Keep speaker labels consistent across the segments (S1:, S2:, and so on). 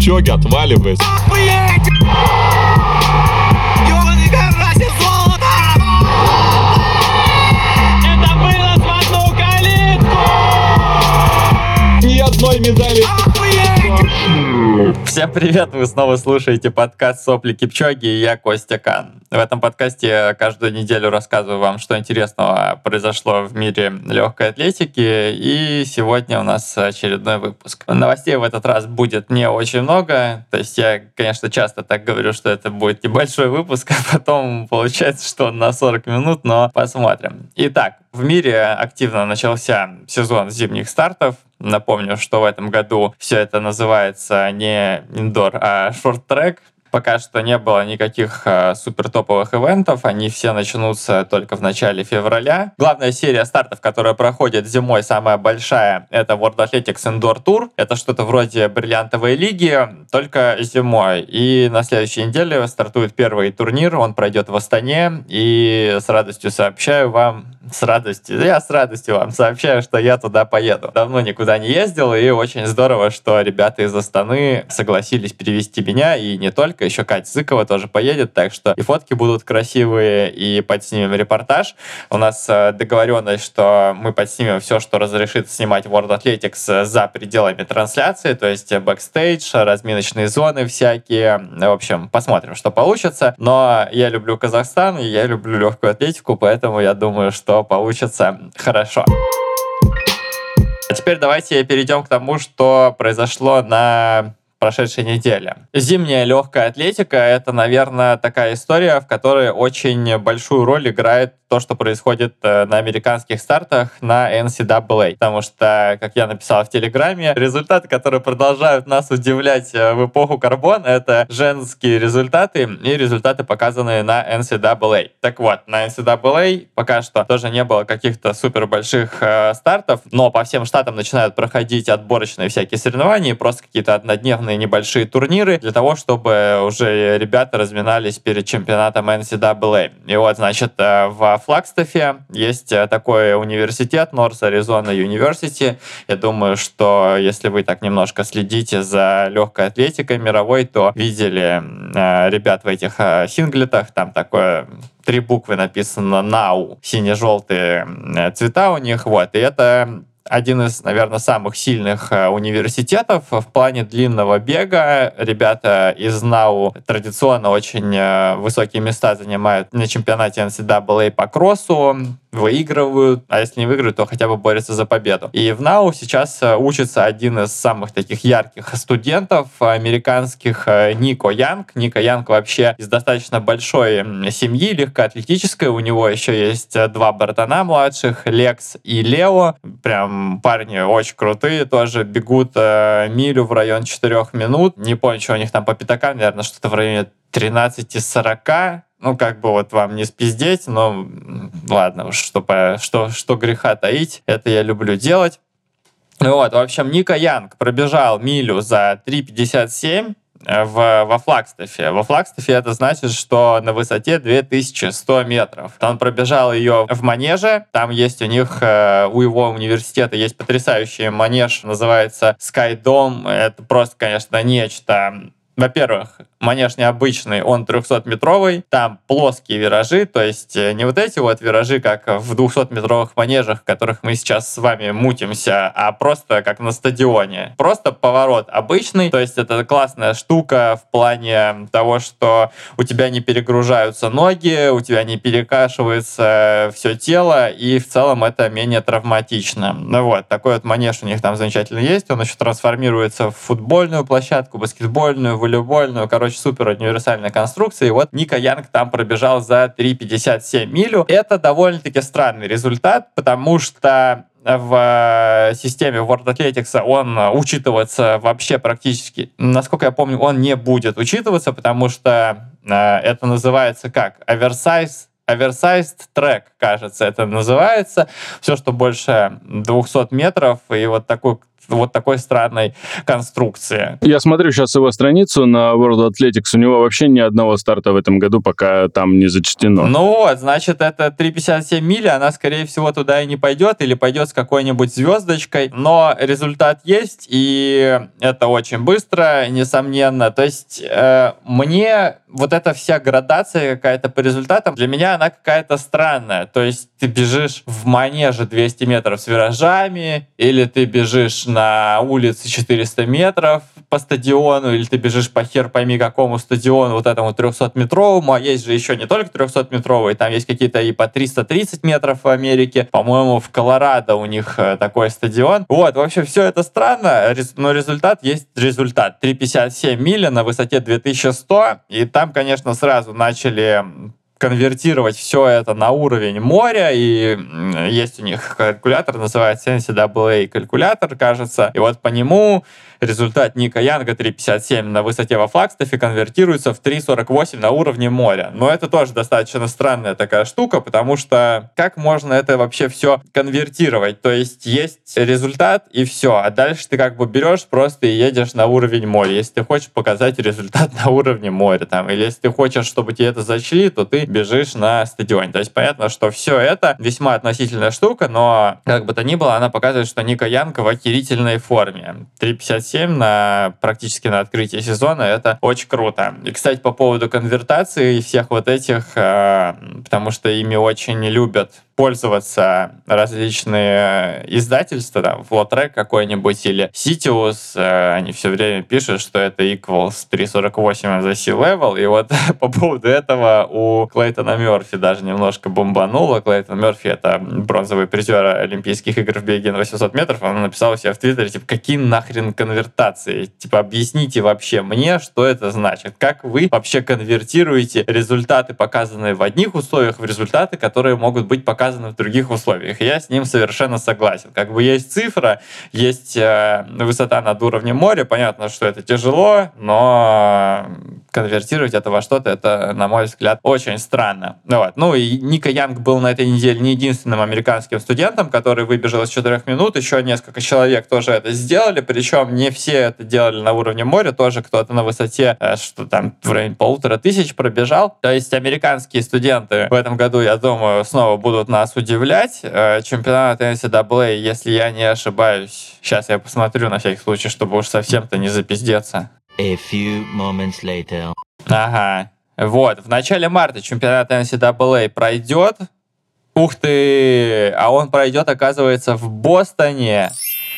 S1: Кипчоги отваливает.
S2: Это было в одну калитку!
S1: Ни одной медали.
S3: Всем привет! Вы снова слушаете подкаст «Сопли Кипчоги» и я Костя Кан. В этом подкасте я каждую неделю рассказываю вам, что интересного произошло в мире легкой атлетики, и сегодня у нас очередной выпуск. Новостей в этот раз будет не очень много, то есть я, конечно, часто так говорю, что это будет небольшой выпуск, а потом получается, что он на 40 минут, но посмотрим. Итак, в мире активно начался сезон зимних стартов. Напомню, что в этом году все это называется не индор, а шорт-трек. Пока что не было никаких супер-топовых ивентов, они все начнутся только в начале февраля. Главная серия стартов, которая проходит зимой, самая большая, это World Athletics Indoor Tour. Это что-то вроде бриллиантовой лиги, только зимой. И на следующей неделе стартует первый турнир, он пройдет в Астане. И с радостью сообщаю вам, я с радостью вам сообщаю, что я туда поеду. Давно никуда не ездил, и очень здорово, что ребята из Астаны согласились перевезти меня, и не только, еще Катя Зыкова тоже поедет, так что и фотки будут красивые, и подснимем репортаж. У нас договоренность, что мы подснимем все, что разрешит снимать World Athletics за пределами трансляции, то есть бэкстейдж, разминочные зоны всякие. В общем, посмотрим, что получится. Но я люблю Казахстан, и я люблю легкую атлетику, поэтому я думаю, что получится хорошо. А теперь давайте перейдем к тому, что произошло на прошедшей неделе. Зимняя легкая атлетика — это, наверное, такая история, в которой очень большую роль играет то, что происходит на американских стартах на NCAA. Потому что, как я написал в Телеграме, результаты, которые продолжают нас удивлять в эпоху карбон, это женские результаты и результаты, показанные на NCAA. Так вот, на NCAA пока что тоже не было каких-то супер больших стартов, но по всем штатам начинают проходить отборочные всякие соревнования, просто какие-то однодневные небольшие турниры для того, чтобы уже ребята разминались перед чемпионатом NCAA. И вот, значит, в Флагстафе есть такой университет, North Arizona University. Я думаю, что если вы так немножко следите за легкой атлетикой мировой, то видели ребят в этих синглетах. Там такое 3 буквы написано NOW, сине-желтые цвета у них. Вот. И это один из, наверное, самых сильных университетов в плане длинного бега. Ребята из НАУ традиционно очень высокие места занимают на чемпионате NCAA по кроссу, выигрывают, а если не выигрывают, то хотя бы борются за победу. И в НАУ сейчас учится один из самых таких ярких студентов американских, Нико Янг. Нико Янг вообще из достаточно большой семьи, легкоатлетической. У него еще есть 2 братана младших, Лекс и Лео. Прям парни очень крутые, тоже бегут милю в районе 4 минут. Не помню, что у них там по пятакам, наверное, что-то в районе 13:40. Ну, как бы вот вам не спиздеть, но ладно уж, что греха таить, это я люблю делать. Вот, в общем, Нико Янг пробежал милю за 3:57 во Флагстафе. Во Флагстафе это значит, что на высоте 2100 метров. Он пробежал ее в манеже. Там есть у них, у его университета есть потрясающий манеж, называется Skydome. Это просто, конечно, нечто. Во-первых, манеж необычный, он 300-метровый, там плоские виражи, то есть не вот эти вот виражи, как в 200-метровых манежах, в которых мы сейчас с вами мутимся, а просто как на стадионе. Просто поворот обычный, то есть это классная штука в плане того, что у тебя не перегружаются ноги, у тебя не перекашивается все тело, и в целом это менее травматично. Ну вот, такой вот манеж у них там замечательно есть, он еще трансформируется в футбольную площадку, баскетбольную, волейбольную, короче, супер универсальная конструкция. И вот Нико Янг там пробежал за 3:57 милю. Это довольно-таки странный результат, потому что в системе World Athletics он учитываться вообще практически, насколько я помню, он не будет учитываться, потому что это называется как? Oversized track. кажется, это называется. Все, что больше 200 метров, и вот такой странной конструкции.
S4: Я смотрю сейчас его страницу на World Athletics, у него вообще ни одного старта в этом году пока там не зачтено.
S3: Ну вот, значит, это 3,57 мили, она, скорее всего, туда и не пойдет, или пойдет с какой-нибудь звездочкой, но результат есть, и это очень быстро, несомненно. То есть мне вот эта вся градация какая-то по результатам, для меня она какая-то странная. То есть ты бежишь в манеже 200 метров с виражами, или ты бежишь на улице 400 метров по стадиону, или ты бежишь по хер пойми какому стадиону, вот этому 300-метровому, а есть же еще не только 300-метровые, там есть какие-то и по 330 метров в Америке. По-моему, в Колорадо у них такой стадион. Вот, в общем, все это странно, но результат есть результат. 3,57 мили на высоте 2100, и там, конечно, сразу начали конвертировать все это на уровень моря, и есть у них калькулятор, называется NCAA калькулятор, кажется, и вот по нему результат Ника Янга 3,57 на высоте во Флагстафе конвертируется в 3,48 на уровне моря. Но это тоже достаточно странная такая штука, потому что как можно это вообще все конвертировать? То есть результат и все, а дальше ты как бы берешь просто и едешь на уровень моря. Если ты хочешь показать результат на уровне моря, там, или если ты хочешь, чтобы тебе это зачли, то ты бежишь на стадионе. То есть понятно, что все это весьма относительная штука, но как бы то ни было, она показывает, что Ника Янг в охерительной форме. 3,57 практически на открытии сезона, это очень круто. И, кстати, по поводу конвертации всех вот этих, потому что ими очень любят пользоваться различные издательства, там, FlowTrack какой-нибудь или Citius, они все время пишут, что это equals 3,48 за sea level, и вот по поводу этого у Клейтона Мерфи даже немножко бомбануло. Клейтон Мерфи — это бронзовый призер Олимпийских игр в беге на 800 метров, он написал у себя в Твиттере, типа, какие нахрен конвертации? Типа, объясните вообще мне, что это значит? Как вы вообще конвертируете результаты, показанные в одних условиях, в результаты, которые могут быть показаны в других условиях? И я с ним совершенно согласен. Как бы есть цифра, есть высота над уровнем моря, понятно, что это тяжело, но конвертировать это во что-то, это, на мой взгляд, очень странно. Вот. Ну и Ника Янг был на этой неделе не единственным американским студентом, который выбежал из 4 минут, еще несколько человек тоже это сделали, причем не все это делали на уровне моря, тоже кто-то на высоте, что там в районе 1500 пробежал. То есть американские студенты в этом году, я думаю, снова будут нас удивлять. Чемпионат NCAA, если я не ошибаюсь, сейчас я посмотрю на всякий случай, чтобы уж совсем-то не запиздеться.
S5: A few moments later.
S3: Ага. Вот, в начале марта чемпионат NCAA пройдет. Ух ты! А он пройдет, оказывается, в Бостоне.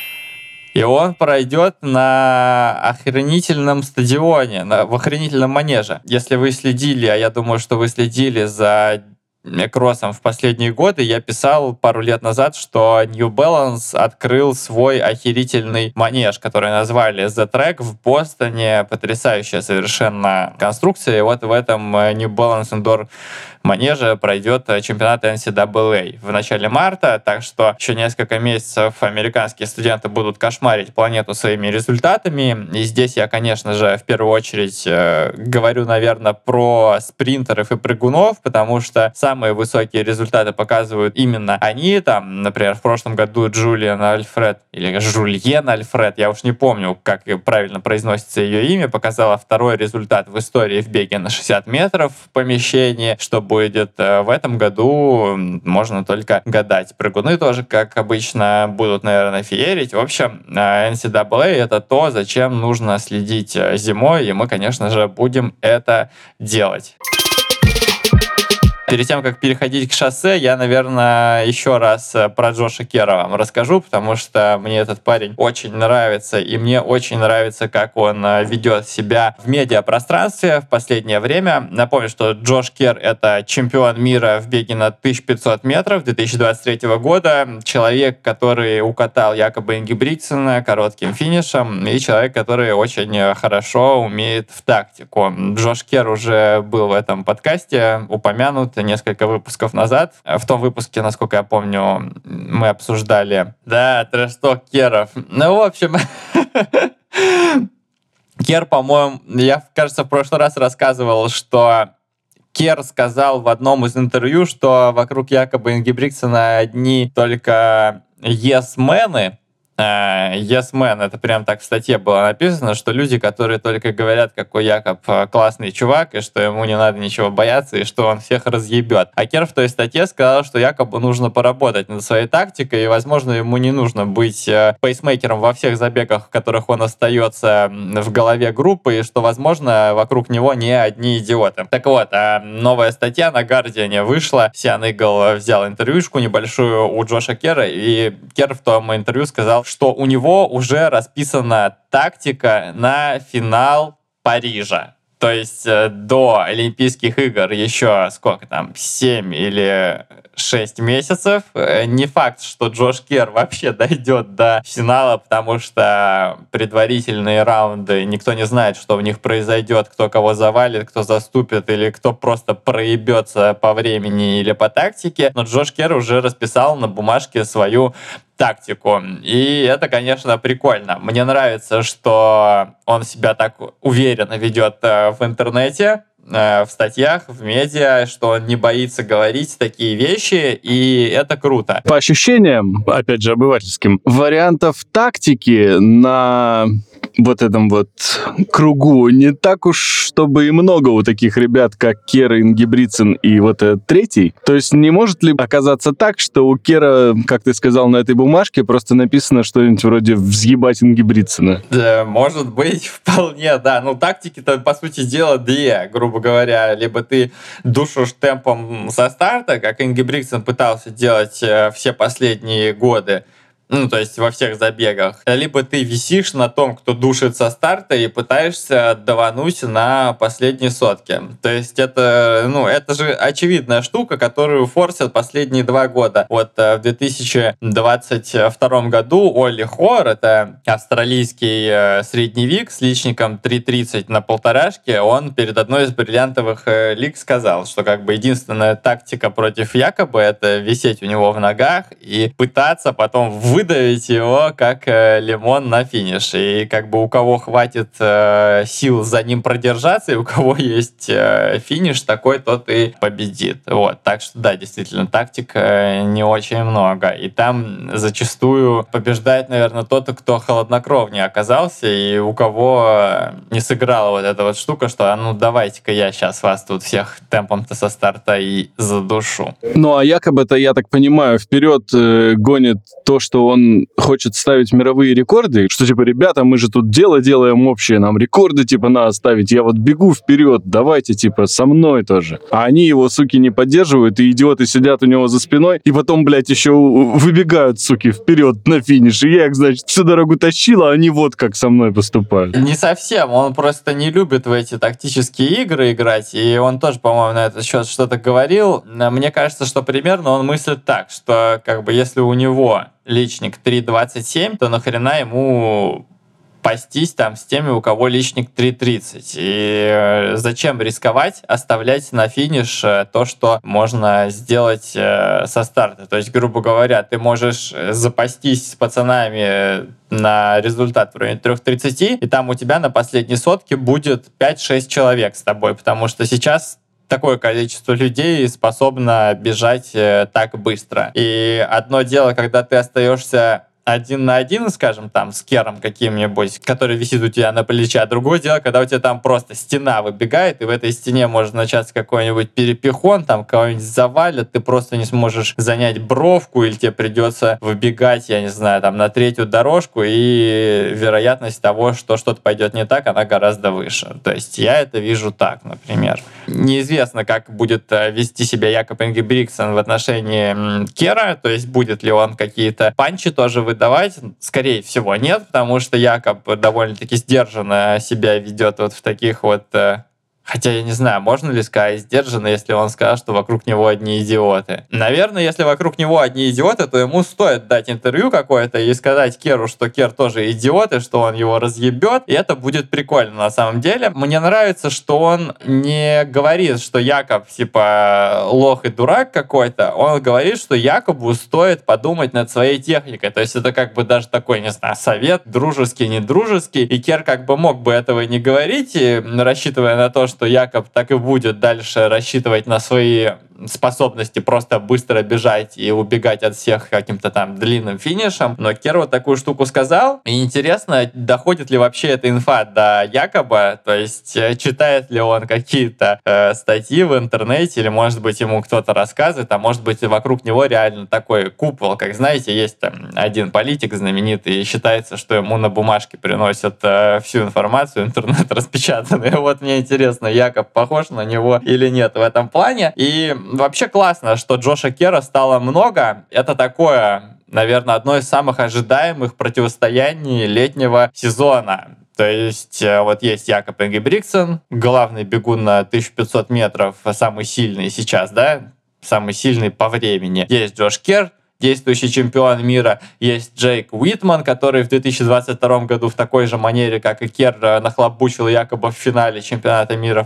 S3: И он пройдет на охренительном стадионе, в охренительном манеже. Если вы следили, а я думаю, что вы следили за кроссом в последние годы, я писал пару лет назад, что New Balance открыл свой охерительный манеж, который назвали The Track в Бостоне. Потрясающая совершенно конструкция. И вот в этом New Balance Indoor манеже пройдет чемпионат NCAA в начале марта, так что еще несколько месяцев американские студенты будут кошмарить планету своими результатами. И здесь я, конечно же, в первую очередь говорю, наверное, про спринтеров и прыгунов, потому что самые высокие результаты показывают именно они. Там, например, в прошлом году Джулиен Альфред, или Жульен Альфред, я уж не помню, как правильно произносится ее имя, показала второй результат в истории в беге на 60 метров в помещении. Что будет в этом году, можно только гадать. Прыгуны тоже, как обычно, будут, наверное, феерить. В общем, NCAA — это то, зачем нужно следить зимой, и мы, конечно же, будем это делать. Перед тем, как переходить к шоссе, я, наверное, еще раз про Джоша Кера вам расскажу, потому что мне этот парень очень нравится, и мне очень нравится, как он ведет себя в медиапространстве в последнее время. Напомню, что Джош Кер — это чемпион мира в беге на 1500 метров 2023 года, человек, который укатал якобы Ингебригтсена коротким финишем, и человек, который очень хорошо умеет в тактику. Джош Кер уже был в этом подкасте упомянут несколько выпусков назад. В том выпуске, насколько я помню, мы обсуждали, да, трэш-ток Керов. Ну, в общем, Кер, по-моему, я, кажется, в прошлый раз рассказывал, что Кер сказал в одном из интервью, что вокруг якобы Ингебригтсена одни только yes-мены. Yes-man, это прям так в статье было написано, что люди, которые только говорят, какой Якоб классный чувак, и что ему не надо ничего бояться, и что он всех разъебет. А Кер в той статье сказал, что Якобу нужно поработать над своей тактикой, и, возможно, ему не нужно быть пейсмейкером во всех забегах, в которых он остается в голове группы, и что, возможно, вокруг него не одни идиоты. Так вот, новая статья на Guardian вышла, Сиан Игл взял интервьюшку небольшую у Джоша Кера, и Кер в том интервью сказал, что у него уже расписана тактика на финал Парижа. То есть до Олимпийских игр еще сколько там, 7 или 6 месяцев. Не факт, что Джош Кер вообще дойдет до финала, потому что предварительные раунды, никто не знает, что в них произойдет, кто кого завалит, кто заступит или кто просто проебется по времени или по тактике. Но Джош Кер уже расписал на бумажке свою тактику. И это, конечно, прикольно. Мне нравится, что он себя так уверенно ведет в интернете, в статьях, в медиа, что он не боится говорить такие вещи, и это круто.
S4: По ощущениям, опять же, обывательским, вариантов тактики на вот этом вот кругу не так уж, чтобы и много у таких ребят, как Кер, Ингебригтсен и вот этот третий. То есть не может ли оказаться так, что у Кера, как ты сказал, на этой бумажке просто написано что-нибудь вроде «взъебать Ингебригтсена»?
S3: Да, может быть, вполне, да. Ну, тактики-то, по сути дела, две, грубо говоря. Либо ты душишь темпом со старта, как Ингебригтсен пытался делать все последние годы, ну, то есть во всех забегах. Либо ты висишь на том, кто душит со старта, и пытаешься давануть на последней сотке. То есть это, ну, это же очевидная штука, которую форсят последние 2 года. Вот в 2022 году Олли Хоор, это австралийский средневик с личником 3.30 на полторашке, он перед одной из бриллиантовых лиг сказал, что как бы единственная тактика против Якоба — это висеть у него в ногах и пытаться потом выдавить его как лимон на финиш. И как бы у кого хватит сил за ним продержаться, и у кого есть финиш, такой тот и победит. Вот. Так что да, действительно, тактик не очень много. И там зачастую побеждает, наверное, тот, кто холоднокровнее оказался, и у кого не сыграла вот эта вот штука, что ну давайте-ка я сейчас вас тут всех темпом-то со старта и задушу.
S4: Ну, а якобы-то, я так понимаю, вперед гонит то, что он хочет ставить мировые рекорды, что типа, ребята, мы же тут дело делаем общее, нам рекорды типа надо ставить, я вот бегу вперед, давайте типа со мной тоже. А они его, суки, не поддерживают, и идиоты сидят у него за спиной, и потом, блядь, еще выбегают, суки, вперед на финиш. И я их, значит, всю дорогу тащил, а они вот как со мной поступают.
S3: Не совсем, он просто не любит в эти тактические игры играть, и он тоже, по-моему, на этот счет что-то говорил. Мне кажется, что примерно он мыслит так, что как бы если у него личник 3.27, то нахрена ему пастись там с теми, у кого личник 3.30. И зачем рисковать, оставлять на финиш то, что можно сделать со старта. То есть, грубо говоря, ты можешь запастись с пацанами на результат в районе 3.30, и там у тебя на последней сотке будет 5-6 человек с тобой, потому что сейчас такое количество людей способно бежать так быстро. И одно дело, когда ты остаешься 1 на 1, скажем, там, с Кером каким-нибудь, который висит у тебя на плече, а другое дело, когда у тебя там просто стена выбегает, и в этой стене может начаться какой-нибудь перепихон, там кого-нибудь завалят, ты просто не сможешь занять бровку, или тебе придется выбегать, я не знаю, там, на 3-ю дорожку, и вероятность того, что что-то пойдет не так, она гораздо выше. То есть я это вижу так, например. Неизвестно, как будет вести себя Якоб Ингебригтсен в отношении Кера, то есть будет ли он какие-то панчи тоже выдавать. Скорее всего, нет, потому что Якоб довольно-таки сдержанно себя ведет вот в таких вот... Хотя я не знаю, можно ли сказать сдержанно, если он сказал, что вокруг него одни идиоты. Наверное, если вокруг него одни идиоты, то ему стоит дать интервью какое-то и сказать Керу, что Кер тоже идиот, и что он его разъебет, и это будет прикольно на самом деле. Мне нравится, что он не говорит, что Якоб типа лох и дурак какой-то, он говорит, что Якобу стоит подумать над своей техникой. То есть это как бы даже такой, не знаю, совет, дружеский, недружеский, и Кер как бы мог бы этого не говорить, и рассчитывая на то, что что Якоб так и будет дальше рассчитывать на свои способности просто быстро бежать и убегать от всех каким-то там длинным финишем. Но Кер вот такую штуку сказал. И интересно, доходит ли вообще эта инфа до Якоба, то есть читает ли он какие-то статьи в интернете, или, может быть, ему кто-то рассказывает, а может быть, вокруг него реально такой купол. Как знаете, есть там один политик знаменитый, и считается, что ему на бумажке приносят всю информацию, интернет распечатанный. Вот мне интересно, Якоб похож на него или нет в этом плане. И вообще классно, что Джоша Кера стало много. Это такое, наверное, одно из самых ожидаемых противостояний летнего сезона. То есть вот есть Якоб Ингебригтсен, главный бегун на 1500 метров, самый сильный сейчас, да? Самый сильный по времени. Есть Джош Кер, действующий чемпион мира. Есть Джейк Уитман, который в 2022 году в такой же манере, как и Кер, нахлобучил Якоба в финале чемпионата мира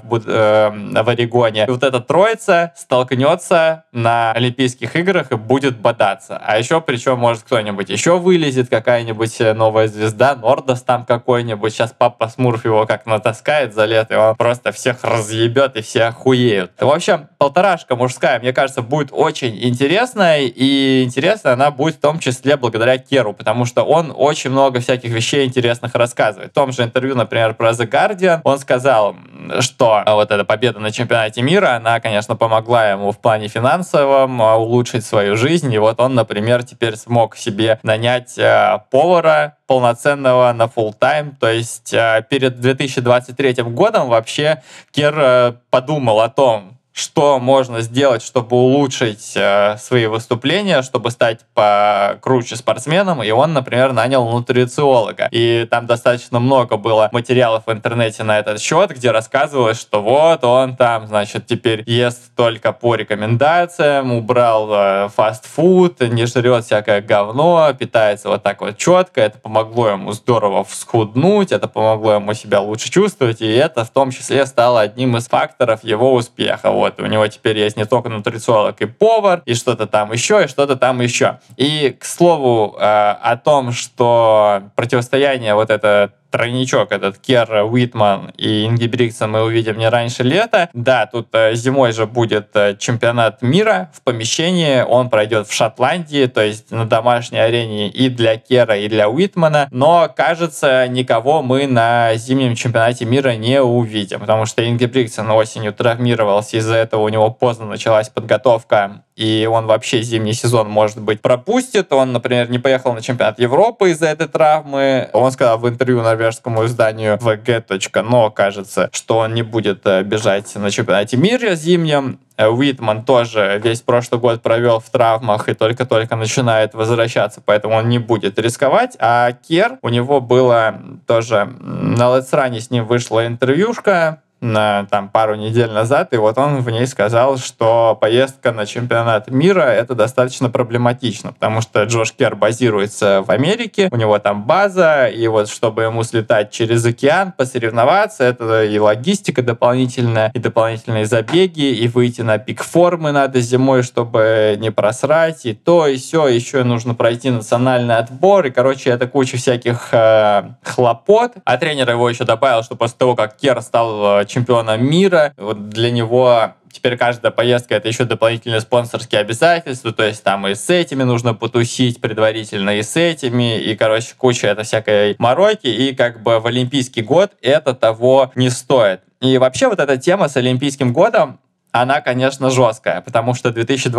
S3: в Орегоне. И вот эта троица столкнется на Олимпийских играх и будет бодаться. А еще, причем, может кто-нибудь еще вылезет, какая-нибудь новая звезда, Нордос там какой-нибудь. Сейчас папа Смурф его как натаскает за лето, и он просто всех разъебет, и все охуеют. В общем, полторашка мужская, мне кажется, будет очень интересной, и интересная она будет в том числе благодаря Керу, потому что он очень много всяких вещей интересных рассказывает. В том же интервью, например, про The Guardian, он сказал, что вот эта победа на чемпионате мира, она, конечно, помогла ему в плане финансовом улучшить свою жизнь, и вот он, например, теперь смог себе нанять повара полноценного на full time, то есть перед 2023 годом вообще Кер подумал о том, что можно сделать, чтобы улучшить свои выступления, чтобы стать покруче спортсменом, и он, например, нанял нутрициолога. И там достаточно много было материалов в интернете на этот счет, где рассказывалось, что вот он там, значит, теперь ест только по рекомендациям, убрал фастфуд, не жрет всякое говно, питается вот так вот четко, это помогло ему здорово всхуднуть, это помогло ему себя лучше чувствовать, и это в том числе стало одним из факторов его успеха. Вот, у него теперь есть не только нутрициолог и повар, и что-то там еще, и что-то там еще. И, к слову, о том, что противостояние вот это тройничок, этот Кер, Уитман и Ингебригтсен мы увидим не раньше лета. Да, тут зимой же будет чемпионат мира в помещении, он пройдет в Шотландии, то есть на домашней арене и для Кера, и для Уитмана, но, кажется, никого мы на зимнем чемпионате мира не увидим, потому что Ингебригтсен осенью травмировался, из-за этого у него поздно началась подготовка, и он вообще зимний сезон, может быть, пропустит. Он, например, не поехал на чемпионат Европы из-за этой травмы. Он сказал в интервью норвежскому изданию vg.no, кажется, что он не будет бежать на чемпионате мира зимнем. Уитман тоже весь прошлый год провел в травмах и только-только начинает возвращаться, поэтому он не будет рисковать. А Кер, у него было тоже на Let's Run с ним вышла интервьюшка на там пару недель назад, и вот он в ней сказал, что поездка на чемпионат мира — это достаточно проблематично, потому что Джош Кер базируется в Америке, у него там база, и вот чтобы ему слетать через океан, посоревноваться, это и логистика дополнительная, и дополнительные забеги, и выйти на пик формы надо зимой, чтобы не просрать, и то, и сё, еще нужно пройти национальный отбор, и, короче, это куча всяких хлопот. А тренер его еще добавил, что после того, как Кер стал чемпионом мира, вот для него теперь каждая поездка — это еще дополнительные спонсорские обязательства, то есть там и с этими нужно потусить предварительно, и с этими, и, короче, куча это всякой мороки, и как бы в Олимпийский год это того не стоит. И вообще вот эта тема с Олимпийским годом, она, конечно, жесткая, потому что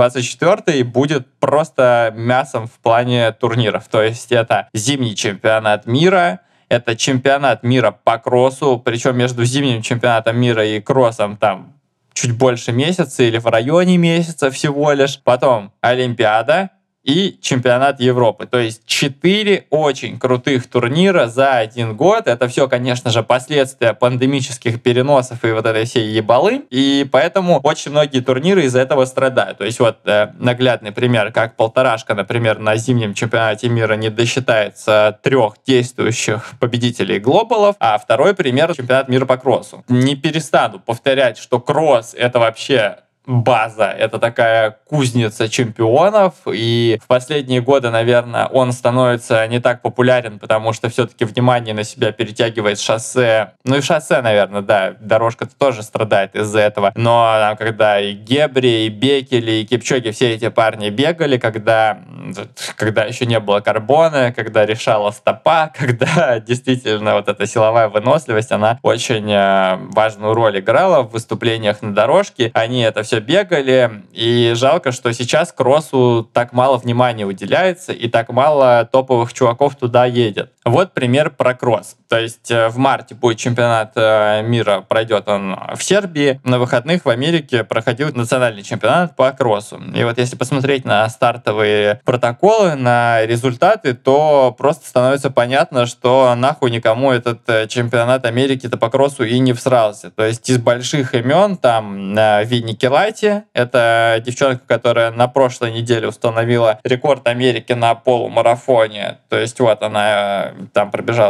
S3: 2024 будет просто мясом в плане турниров, то есть это зимний чемпионат мира, это чемпионат мира по кроссу, причем между зимним чемпионатом мира и кроссом там чуть больше месяца или в районе месяца всего лишь. Потом Олимпиада и чемпионат Европы. То есть 4 очень крутых турнира за один год. Это все, конечно же, последствия пандемических переносов и вот этой всей ебалы. И поэтому очень многие турниры из-за этого страдают. То есть вот наглядный пример, как полторашка, например, на зимнем чемпионате мира не досчитается 3 действующих победителей глобалов, а второй пример — чемпионат мира по кроссу. Не перестану повторять, что кросс — это вообще база, это такая кузница чемпионов, и в последние годы, наверное, он становится не так популярен, потому что все-таки внимание на себя перетягивает шоссе. Ну и шоссе, наверное, да, дорожка-то тоже страдает из-за этого. Но там, когда и Гебри, и Беккели, и Кипчоги, все эти парни бегали, когда еще не было карбона, когда решала стопа, когда действительно вот эта силовая выносливость, она очень важную роль играла в выступлениях на дорожке. Они это все бегали, и жалко, что сейчас кроссу так мало внимания уделяется, и так мало топовых чуваков туда едет. Вот пример про кросс. То есть в марте будет чемпионат мира, пройдет он в Сербии. На выходных в Америке проходил национальный чемпионат по кроссу. И вот если посмотреть на стартовые протоколы, на результаты, то просто становится понятно, что нахуй никому этот чемпионат Америки-то по кроссу и не всрался. То есть из больших имен там Винни Келати, это девчонка, которая на прошлой неделе установила рекорд Америки на полумарафоне. То есть вот она там пробежала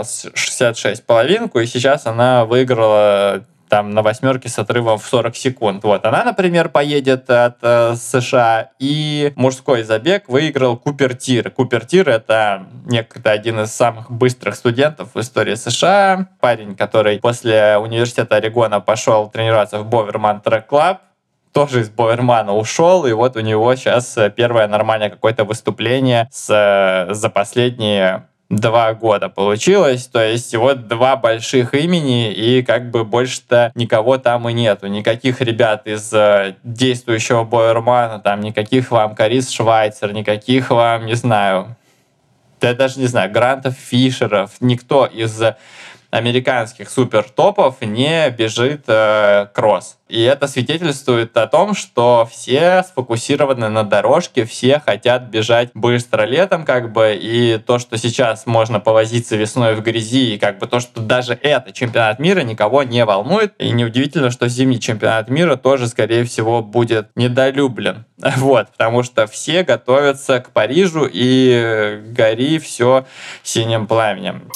S3: 66,5, и сейчас она выиграла там на восьмерке с отрывом в 40 секунд. Вот она, например, поедет от США, и мужской забег выиграл Купер Тир. Купер Тир — это некогда один из самых быстрых студентов в истории США. Парень, который после университета Орегона пошел тренироваться в Боверман Трек Клаб, тоже из Бовермана ушел, и вот у него сейчас первое нормальное какое-то выступление за последние 2 года получилось. То есть вот 2 больших имени, и как бы больше-то никого там и нету. Никаких ребят из действующего Бовермана, там никаких вам Карис Швайцер, никаких вам, не знаю, я даже не знаю, Грантов Фишеров, никто из американских супер-топов не бежит кросс. И это свидетельствует о том, что все сфокусированы на дорожке, все хотят бежать быстро летом, как бы, и то, что сейчас можно повозиться весной в грязи, и как бы то, что даже это чемпионат мира, никого не волнует. И неудивительно, что зимний чемпионат мира тоже, скорее всего, будет недолюблен. Вот, потому что все готовятся к Парижу, и гори все синим пламенем.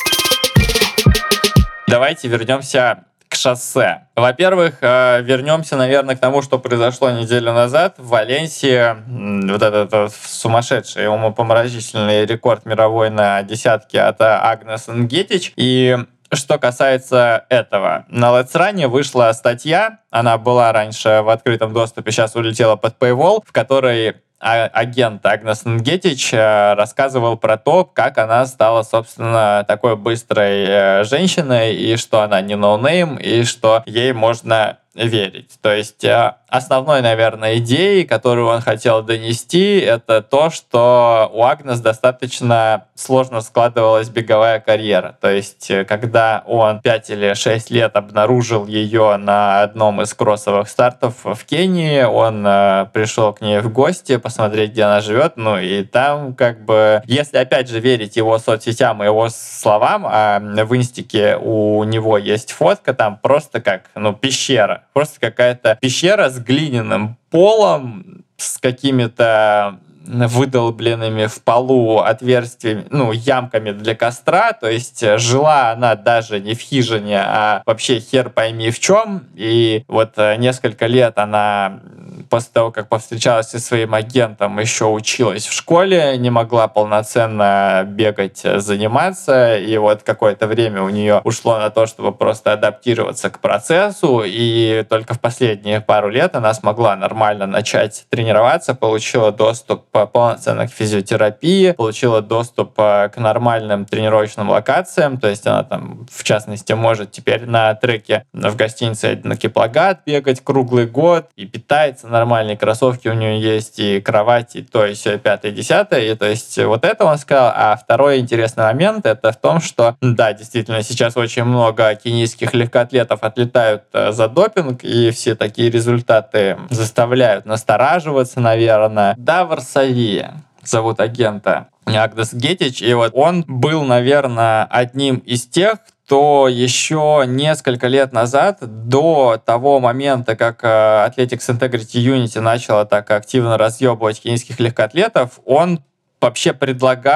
S3: Давайте вернемся к шоссе. Во-первых, вернемся, наверное, к тому, что произошло неделю назад в Валенсии. Вот этот сумасшедший, умопомрачительный рекорд мировой на десятке от Агнес Нгетич. И что касается этого, на Let's Run вышла статья, она была раньше в открытом доступе, сейчас улетела под paywall, в которой агент Агнес Нгетич рассказывал про то, как она стала, собственно, такой быстрой женщиной, и что она не ноунейм, и что ей можно верить. То есть основной, наверное, идеей, которую он хотел донести, это то, что у Агнес достаточно сложно складывалась беговая карьера. То есть когда он 5 или 6 лет обнаружил ее на одном из кроссовых стартов в Кении, он пришел к ней в гости посмотреть, где она живет, ну и там как бы, если опять же верить его соцсетям и его словам, а в инстике у него есть фотка, там просто как, пещера. Просто какая-то пещера с глиняным полом, с какими-то выдолбленными в полу отверстиями, ямками для костра. То есть жила она даже не в хижине, а вообще хер пойми в чем. И вот несколько лет она после того, как повстречалась со своим агентом, еще училась в школе, не могла полноценно бегать, заниматься. И вот какое-то время у нее ушло на то, чтобы просто адаптироваться к процессу. И только в последние пару лет она смогла нормально начать тренироваться, получила доступ полноценно к физиотерапии, получила доступ к нормальным тренировочным локациям. То есть она там, в частности, может теперь на треке в гостинице на Киплагат бегать круглый год, и питается нормальные кроссовки у нее есть, и кровать, и то, и все, 5-е, 10-е. И то есть вот это он сказал. А второй интересный момент, это в том, что, да, действительно, сейчас очень много кенийских легкоатлетов отлетают за допинг, и все такие результаты заставляют настораживаться, наверное. Давор Савия зовут агента Агнес Нгетич, и вот он был, наверное, одним из тех, кто еще несколько лет назад, до того момента, как Athletics Integrity Unity начала так активно разъебывать кенийских легкоатлетов, он вообще предлагал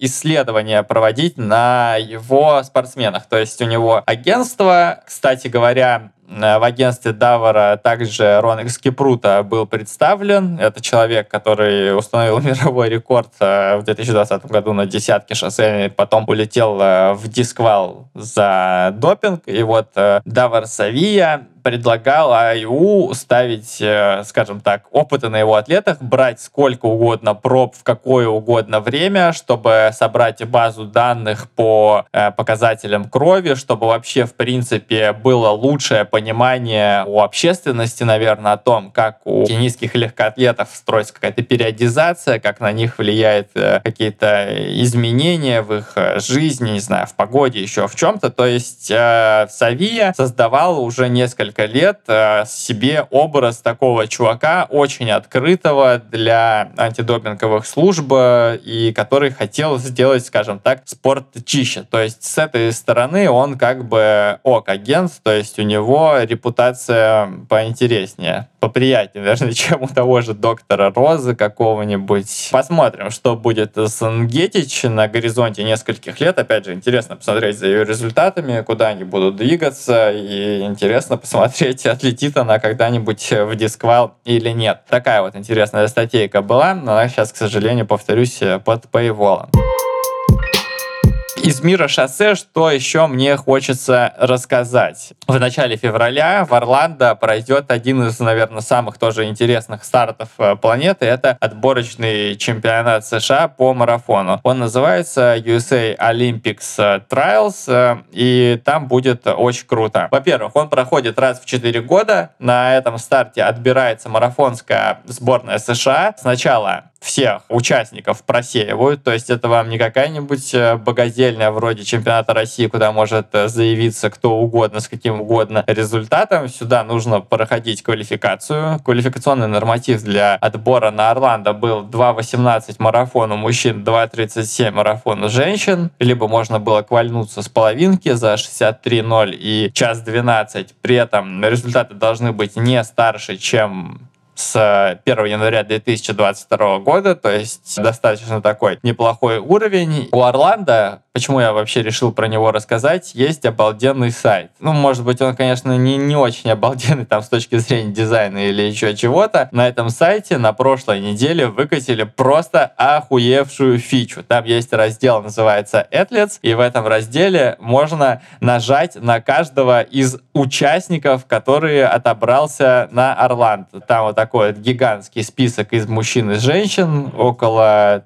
S3: исследования проводить на его спортсменах. То есть у него агентство, кстати говоря, в агентстве Давара также Ронекс Кипрута был представлен. Это человек, который установил мировой рекорд в 2020 году на десятке шоссейной, потом улетел в дисквал за допинг. И вот Давар Савия предлагал АИУ ставить, скажем так, опыты на его атлетах, брать сколько угодно проб в какое угодно время, чтобы собрать базу данных по показателям крови, чтобы вообще, в принципе, было лучшее понимание у общественности, наверное, о том, как у кенийских легкоатлетов строится какая-то периодизация, как на них влияет какие-то изменения в их жизни, не знаю, в погоде, еще в чем-то. То есть Савия создавал уже несколько лет себе образ такого чувака, очень открытого для антидопинговых служб, и который хотел сделать, скажем так, спорт чище. То есть с этой стороны он как бы ок-агент, то есть у него репутация поинтереснее, поприятнее, наверное, чем у того же доктора Розы какого-нибудь. Посмотрим, что будет с Нгетич на горизонте нескольких лет. Опять же, интересно посмотреть за ее результатами, куда они будут двигаться, и интересно посмотреть, отлетит она когда-нибудь в дисквал или нет. Такая вот интересная статейка была, но она сейчас, к сожалению, повторюсь, под пейволом. Из мира шоссе, что еще мне хочется рассказать? В начале февраля в Орландо пройдет один из, наверное, самых тоже интересных стартов планеты. Это отборочный чемпионат США по марафону. Он называется USA Olympics Trials, и там будет очень круто. Во-первых, он проходит раз в 4 года. На этом старте отбирается марафонская сборная США. Сначала всех участников просеивают, то есть это вам не какая-нибудь богадельня вроде чемпионата России, куда может заявиться кто угодно с каким угодно результатом. Сюда нужно проходить квалификацию. Квалификационный норматив для отбора на Орландо был 2.18 марафон у мужчин, 2.37 марафон у женщин. Либо можно было квальнуться с половинки за 63.0 и час 12. При этом результаты должны быть не старше, чем с 1 января 2022 года, то есть достаточно такой неплохой уровень. У Орландо, почему я вообще решил про него рассказать, есть обалденный сайт. Ну, может быть, он, конечно, не очень обалденный там с точки зрения дизайна или еще чего-то. На этом сайте на прошлой неделе выкатили просто охуевшую фичу. Там есть раздел, называется Athletes, и в этом разделе можно нажать на каждого из участников, который отобрался на Орландо. Там вот такой вот гигантский список из мужчин и женщин, около...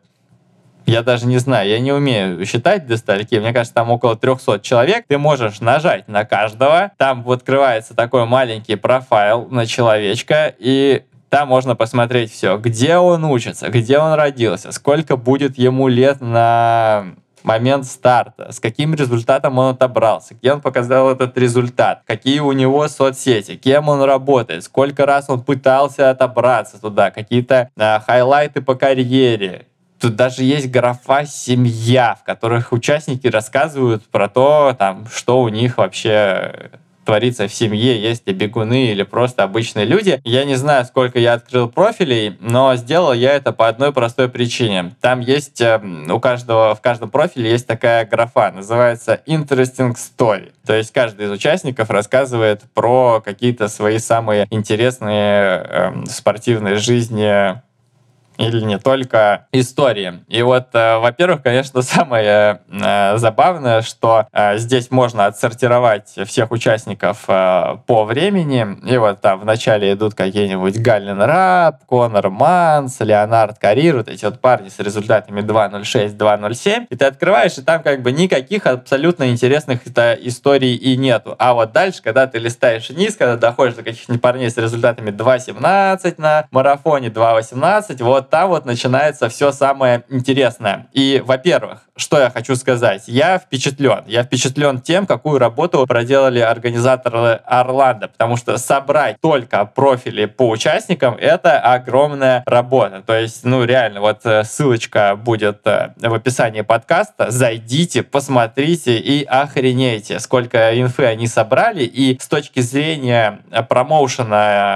S3: Я даже не знаю, я не умею считать до стольки. Мне кажется, там около 300 человек. Ты можешь нажать на каждого. Там открывается такой маленький профайл на человечка, и там можно посмотреть все, где он учится, где он родился, сколько будет ему лет на момент старта, с каким результатом он отобрался, где он показал этот результат, какие у него соцсети, кем он работает, сколько раз он пытался отобраться туда, какие-то хайлайты по карьере. Тут даже есть графа «Семья», в которых участники рассказывают про то, там, что у них вообще творится в семье, есть ли бегуны или просто обычные люди. Я не знаю, сколько я открыл профилей, но сделал я это по одной простой причине. Там есть в каждом профиле есть такая графа, называется Interesting Story. То есть каждый из участников рассказывает про какие-то свои самые интересные спортивные жизни или не только истории. И вот, во-первых, конечно, самое забавное, что здесь можно отсортировать всех участников по времени. И вот там вначале идут какие-нибудь Галлен Рап, Конор Манс, Леонард Карир, вот эти вот парни с результатами 2.06, 2.07. И ты открываешь, и там как бы никаких абсолютно интересных историй и нету. А вот дальше, когда ты листаешь вниз, когда доходишь до каких-нибудь парней с результатами 2.17 на марафоне, 2.18, вот там вот начинается все самое интересное. И, во-первых, что я хочу сказать? Я впечатлен. Я впечатлен тем, какую работу проделали организаторы Орландо, потому что собрать только профили по участникам — это огромная работа. То есть, ну, реально, вот ссылочка будет в описании подкаста. Зайдите, посмотрите и охренейте, сколько инфы они собрали. И с точки зрения промоушена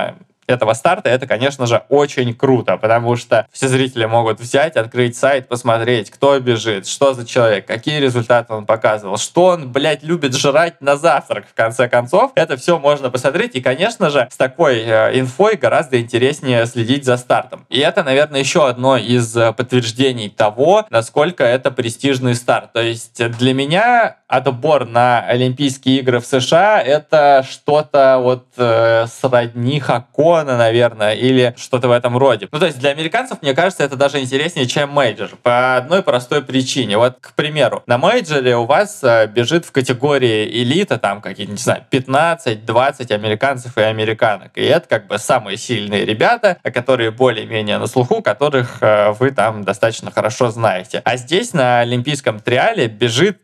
S3: этого старта, это, конечно же, очень круто, потому что все зрители могут взять, открыть сайт, посмотреть, кто бежит, что за человек, какие результаты он показывал, что он, блядь, любит жрать на завтрак, в конце концов. Это все можно посмотреть, и, конечно же, с такой инфой гораздо интереснее следить за стартом. И это, наверное, еще одно из подтверждений того, насколько это престижный старт. То есть для меня отбор на Олимпийские игры в США — это что-то вот сродни Хакона, наверное, или что-то в этом роде. Ну, то есть для американцев, мне кажется, это даже интереснее, чем мейджор. По одной простой причине. Вот, к примеру, на мейджоре у вас бежит в категории элита, там какие-то, не знаю, 15-20 американцев и американок. И это как бы самые сильные ребята, которые более-менее на слуху, которых вы там достаточно хорошо знаете. А здесь на олимпийском триале бежит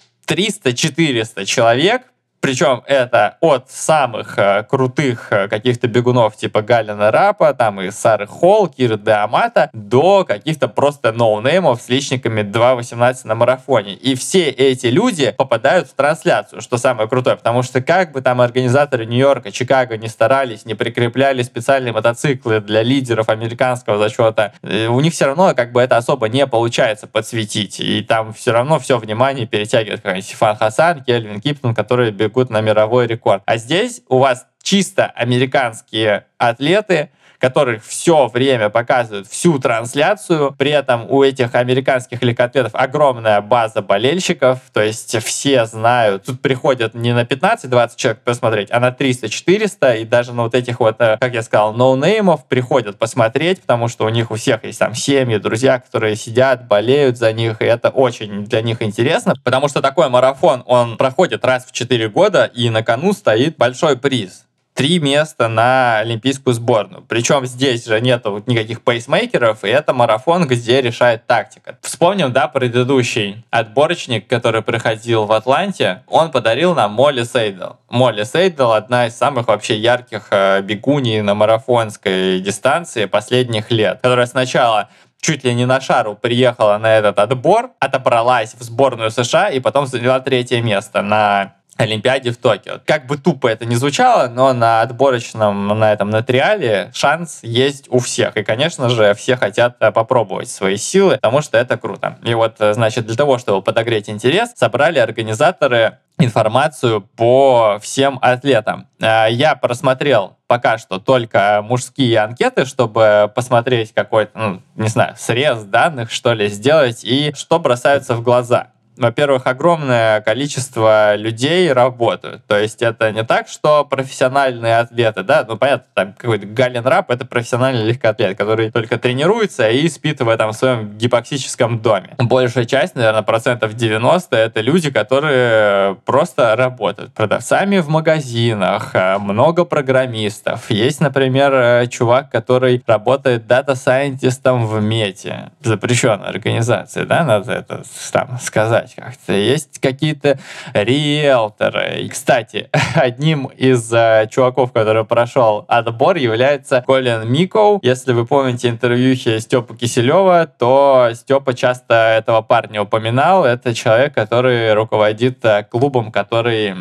S3: 300-400 человек, причем это от самых крутых каких-то бегунов типа Галина Рапа, там и Сары Холл, Киры де Амата, до каких-то просто ноунеймов с личниками 2.18 на марафоне. И все эти люди попадают в трансляцию, что самое крутое, потому что как бы там организаторы Нью-Йорка, Чикаго не старались, не прикрепляли специальные мотоциклы для лидеров американского зачета, у них все равно как бы это особо не получается подсветить. И там все равно все внимание перетягивает какой-нибудь Сифан Хасан, Кельвин Киптон, которые бегут на мировой рекорд. А здесь у вас чисто американские атлеты, которых все время показывают всю трансляцию. При этом у этих американских легкоатлетов огромная база болельщиков, то есть все знают. Тут приходят не на 15-20 человек посмотреть, а на 300-400, и даже на вот этих вот, как я сказал, ноунеймов приходят посмотреть, потому что у них у всех есть там семьи, друзья, которые сидят, болеют за них, и это очень для них интересно, потому что такой марафон, он проходит раз в 4 года, и на кону стоит большой приз. 3 места на олимпийскую сборную. Причем здесь же нету никаких пейсмейкеров, и это марафон, где решает тактика. Вспомним, да, предыдущий отборочник, который проходил в Атланте, он подарил нам Молли Сейдл. Молли Сейдл — одна из самых вообще ярких бегуней на марафонской дистанции последних лет, которая сначала чуть ли не на шару приехала на этот отбор, отобралась в сборную США и потом заняла 3-е место на Олимпиаде в Токио. Как бы тупо это ни звучало, но на отборочном, на триале шанс есть у всех. И, конечно же, все хотят попробовать свои силы, потому что это круто. И вот, значит, для того, чтобы подогреть интерес, собрали организаторы информацию по всем атлетам. Я просмотрел пока что только мужские анкеты, чтобы посмотреть какой-то, срез данных, что ли, сделать, и что бросается в глаза. Во-первых, огромное количество людей работают. То есть это не так, что профессиональные атлеты, да, понятно, там какой-то Галин Рап — это профессиональный легкоатлет, который только тренируется и спит в этом своем гипоксическом доме. Большая часть, наверное, 90% это люди, которые просто работают продавцами в магазинах, много программистов. Есть, например, чувак, который работает дата-сайентистом в Мете, запрещенной организации, да, надо это там сказать как-то. Есть какие-то риэлторы. И, кстати, одним из чуваков, который прошел отбор, является Колин Микоу. Если вы помните интервьюхи Степы Киселева, то Степа часто этого парня упоминал. Это человек, который руководит клубом, который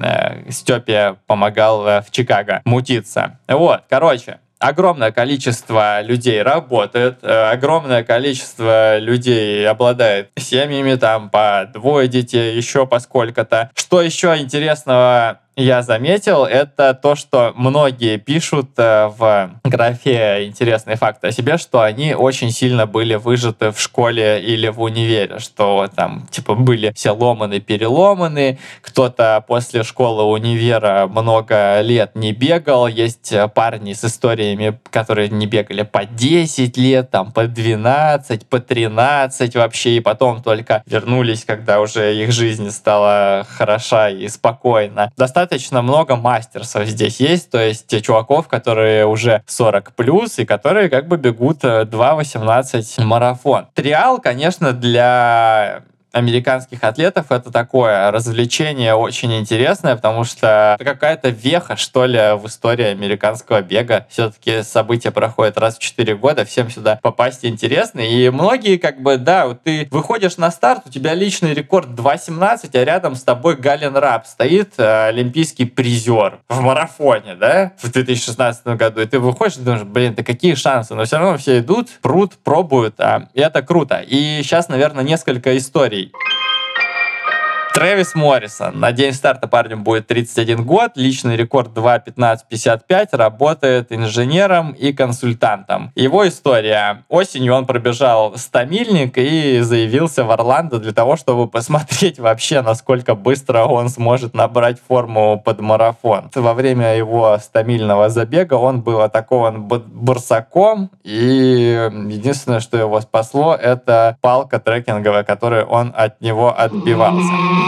S3: Степе помогал в Чикаго мутиться. Вот, короче. Огромное количество людей работает, огромное количество людей обладает семьями, там по 2 детей, еще по сколько-то. Что еще интересного я заметил, это то, что многие пишут в графе «Интересные факты о себе», что они очень сильно были выжаты в школе или в универе, что там типа были все ломаны-переломаны, кто-то после школы универа много лет не бегал, есть парни с историями, которые не бегали по 10 лет, там по 12, по 13 вообще, и потом только вернулись, когда уже их жизнь стала хороша и спокойна. Достаточно много мастерсов здесь есть, то есть чуваков, которые уже 40+, и которые как бы бегут 2.18 марафон. Триал, конечно, для американских атлетов это такое развлечение очень интересное, потому что это какая-то веха, что ли, в истории американского бега. Все-таки события проходят раз в 4 года, всем сюда попасть интересно. И многие, вот ты выходишь на старт, у тебя личный рекорд 2.17, а рядом с тобой Гален Рап стоит, олимпийский призер в марафоне, да, в 2016 году. И ты выходишь и думаешь, да какие шансы? Но все равно все идут, прут, пробуют, и это круто. И сейчас, наверное, несколько историй. Трэвис Моррисон. На день старта парню будет 31 год, личный рекорд 2.15.55, работает инженером и консультантом. Его история. Осенью он пробежал 100-мильник и заявился в Орландо для того, чтобы посмотреть вообще, насколько быстро он сможет набрать форму под марафон. Во время его 100-мильного забега он был атакован барсаком, и единственное, что его спасло, это палка трекинговая, которой он от него отбивался.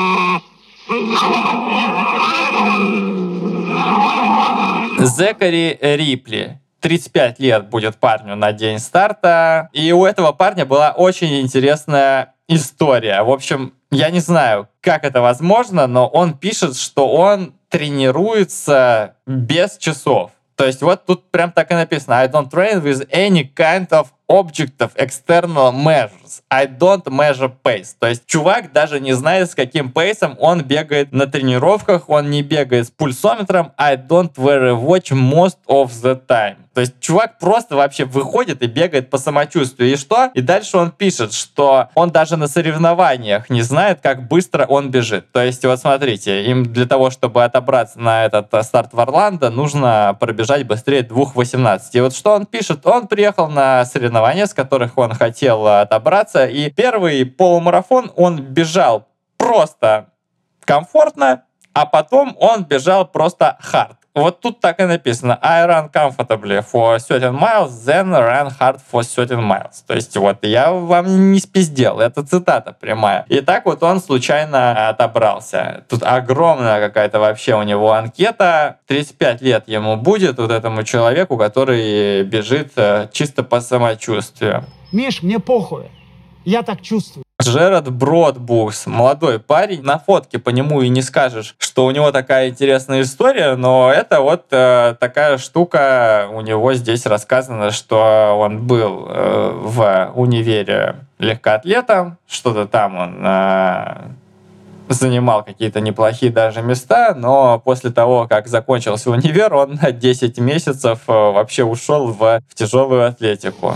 S3: Зекари Рипли. 35 лет будет парню на день старта. И у этого парня была очень интересная история. В общем, я не знаю, как это возможно, но он пишет, что он тренируется без часов. То есть вот тут прям так и написано: I don't train with any kind of objective external measures. I don't measure pace. То есть чувак даже не знает, с каким пейсом он бегает на тренировках, он не бегает с пульсометром. I don't wear a watch most of the time. То есть чувак просто вообще выходит и бегает по самочувствию. И что? И дальше он пишет, что он даже на соревнованиях не знает, как быстро он бежит. То есть вот смотрите, им для того, чтобы отобраться на этот старт в Орландо, нужно пробежать быстрее 2.18. И вот что он пишет? Он приехал на соревнования, с которых он хотел отобраться, и первый полумарафон он бежал просто комфортно, а потом он бежал просто hard. Вот тут так и написано: I ran comfortably for 13 miles, then ran hard for 13 miles. То есть вот я вам не спиздел, это цитата прямая. И так вот он случайно отобрался. Тут огромная какая-то вообще у него анкета. 35 лет ему будет, вот этому человеку, который бежит чисто по самочувствию.
S6: Миш, мне похуй. Я так чувствую.
S3: Джеред Бродбукс, молодой парень. На фотке по нему и не скажешь, что у него такая интересная история, но это вот такая штука. У него здесь рассказано, что он был в универе легкоатлетом, что-то там он занимал какие-то неплохие даже места, но после того, как закончился универ, он на 10 месяцев вообще ушел в тяжелую атлетику.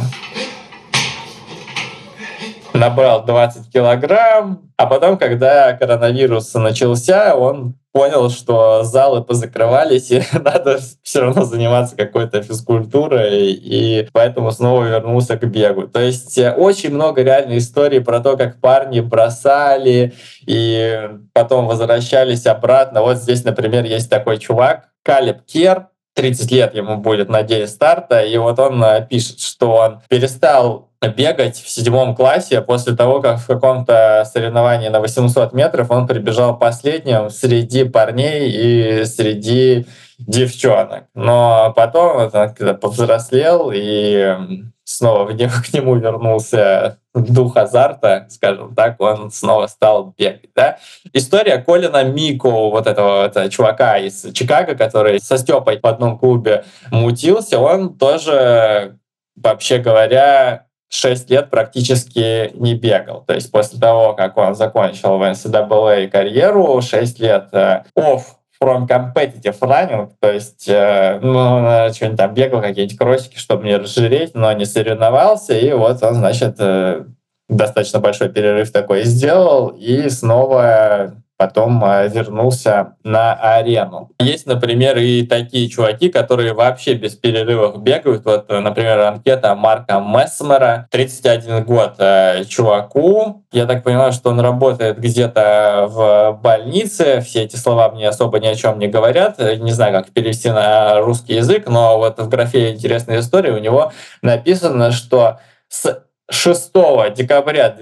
S3: Набрал 20 килограмм, а потом, когда коронавирус начался, он понял, что залы позакрывались, и надо все равно заниматься какой-то физкультурой, и поэтому снова вернулся к бегу. То есть очень много реальной историй про то, как парни бросали и потом возвращались обратно. Вот здесь, например, есть такой чувак, Калеб Кер, 30 лет ему будет на день старта, и вот он пишет, что он перестал бегать в 7 классе после того, как в каком-то соревновании на 800 метров он прибежал последним среди парней и среди девчонок. Но потом он когда повзрослел, и снова к нему вернулся дух азарта, скажем так, он снова стал бегать. Да? История Колина Мико, вот этого чувака из Чикаго, который со Стёпой в одном клубе мутился, он тоже, вообще говоря, 6 лет практически не бегал. То есть после того, как он закончил в NCAA карьеру, 6 лет off from competitive running, то есть что-нибудь там бегал, какие-нибудь кроссики, чтобы не разжиреть, но не соревновался, и вот он, значит, достаточно большой перерыв такой сделал, и снова потом вернулся на арену. Есть, например, и такие чуваки, которые вообще без перерывов бегают. Вот, например, анкета Марка Месмера, 31 год чуваку. Я так понимаю, что он работает где-то в больнице. Все эти слова мне особо ни о чем не говорят. Не знаю, как перевести на русский язык, но вот в графе «Интересная история» у него написано, что с 6 декабря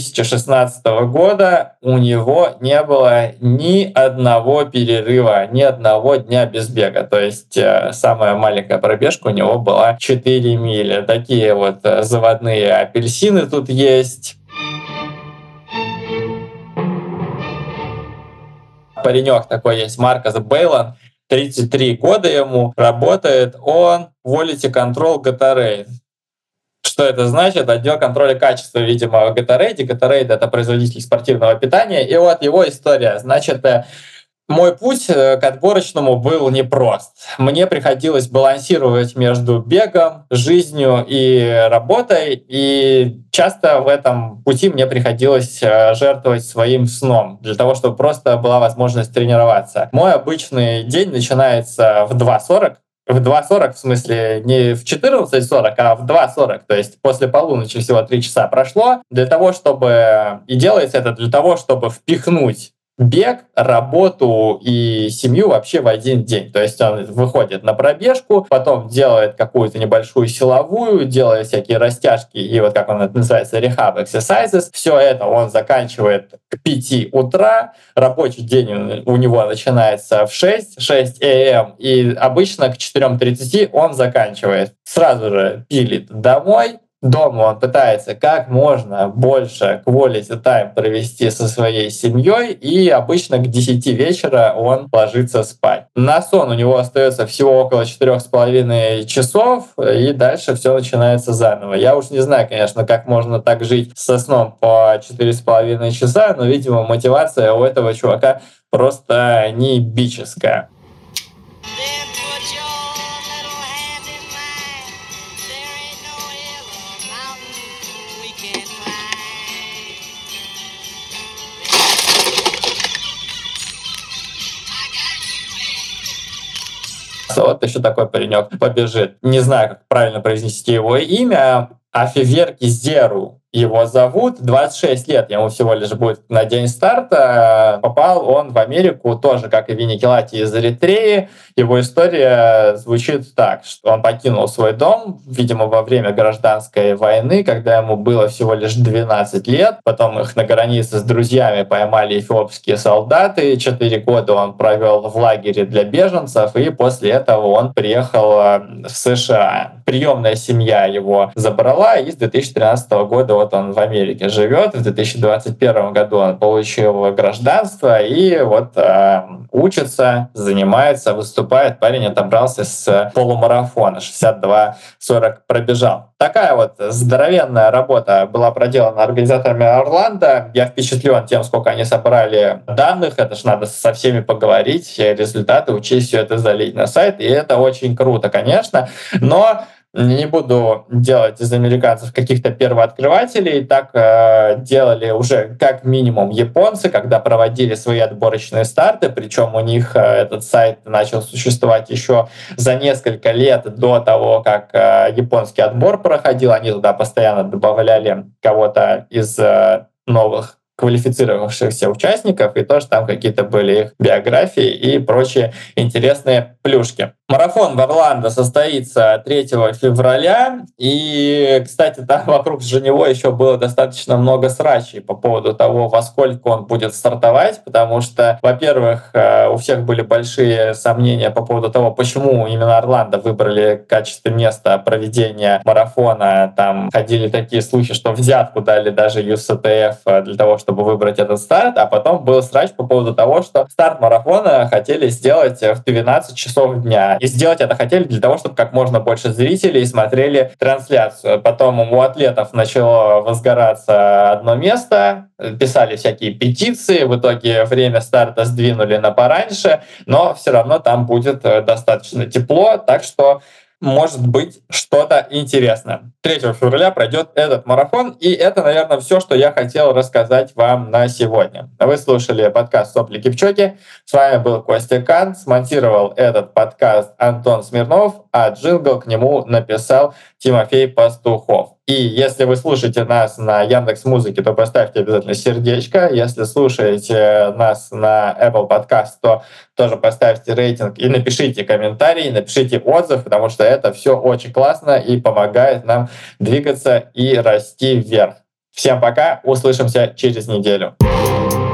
S3: 2016 года у него не было ни одного перерыва, ни одного дня без бега. То есть самая маленькая пробежка у него была 4 мили. Такие вот заводные апельсины тут есть. Паренек такой есть, Маркос Бейлон, 33 года ему, работает он в Quality Control Gatorade. Что это значит? Отдел контроля качества, видимо, в Gatorade. Gatorade — это производитель спортивного питания. И вот его история. Значит, мой путь к отборочному был непрост. Мне приходилось балансировать между бегом, жизнью и работой, и часто в этом пути мне приходилось жертвовать своим сном для того, чтобы просто была возможность тренироваться. Мой обычный день начинается в 2:40. В 2:40, в смысле, не в 14:40, а в 2:40, то есть после полуночи всего 3 часа прошло, для того, чтобы... И делается это для того, чтобы впихнуть бег, работу и семью вообще в один день. То есть он выходит на пробежку, потом делает какую-то небольшую силовую, делает всякие растяжки и вот как он это называется, rehab exercises. Все это он заканчивает к 5 утра. Рабочий день у него начинается в 6 a.m. и обычно к 4:30 он заканчивает. Сразу же пилит домой. Дома он пытается как можно больше quality time провести со своей семьей, и обычно к 10 вечера он ложится спать. На сон у него остается всего около 4,5 часов, и дальше все начинается заново. Я уж не знаю, конечно, как можно так жить со сном по 4,5 часа, но, видимо, мотивация у этого чувака просто неебическая. Вот еще такой паренек побежит. Не знаю, как правильно произнести его имя. Афеверки его зовут, 26 лет ему всего лишь будет на день старта. Попал он в Америку тоже, как и Винни Килати, из Эритреи. Его история звучит так, что он покинул свой дом, видимо, во время гражданской войны, когда ему было всего лишь 12 лет. Потом их на границе с друзьями поймали эфиопские солдаты. 4 года он провел в лагере для беженцев, и после этого он приехал в США. Приемная семья его забрала, и с 2013 года вот он в Америке живет. В 2021 году он получил гражданство и вот учится, занимается, выступает. Парень отобрался с полумарафона, 62:40 пробежал. Такая вот здоровенная работа была проделана организаторами Орландо. Я впечатлен тем, сколько они собрали данных. Это ж надо со всеми поговорить, результаты, учесть, все это залить на сайт. И это очень круто, конечно. Но не буду делать из американцев каких-то первооткрывателей. Так делали уже как минимум японцы, когда проводили свои отборочные старты. Причем у них этот сайт начал существовать еще за несколько лет до того, как японский отбор проходил. Они туда постоянно добавляли кого-то из новых квалифицировавшихся участников, и тоже там какие-то были их биографии и прочие интересные плюшки. Марафон в Орландо состоится 3 февраля, и, кстати, там вокруг же него еще было достаточно много срачей по поводу того, во сколько он будет стартовать, потому что, во-первых, у всех были большие сомнения по поводу того, почему именно Орландо выбрали в качестве места проведения марафона. Там ходили такие слухи, что взятку дали даже USATF для того, чтобы выбрать этот старт, а потом был срач по поводу того, что старт марафона хотели сделать в 12 часов дня. И сделать это хотели для того, чтобы как можно больше зрителей смотрели трансляцию. Потом у атлетов начало возгораться одно место, писали всякие петиции, в итоге время старта сдвинули на пораньше, но все равно там будет достаточно тепло, так что может быть что-то интересное. 3 февраля пройдет этот марафон, и это, наверное, все, что я хотел рассказать вам на сегодня. Вы слушали подкаст «Сопли Кипчоги». С вами был Костя Кан. Смонтировал этот подкаст Антон Смирнов, а джингл к нему написал Тимофей Пастухов. И если вы слушаете нас на Яндекс.Музыке, то поставьте обязательно сердечко. Если слушаете нас на Apple Podcast, то тоже поставьте рейтинг и напишите комментарий, напишите отзыв, потому что это все очень классно и помогает нам двигаться и расти вверх. Всем пока, услышимся через неделю.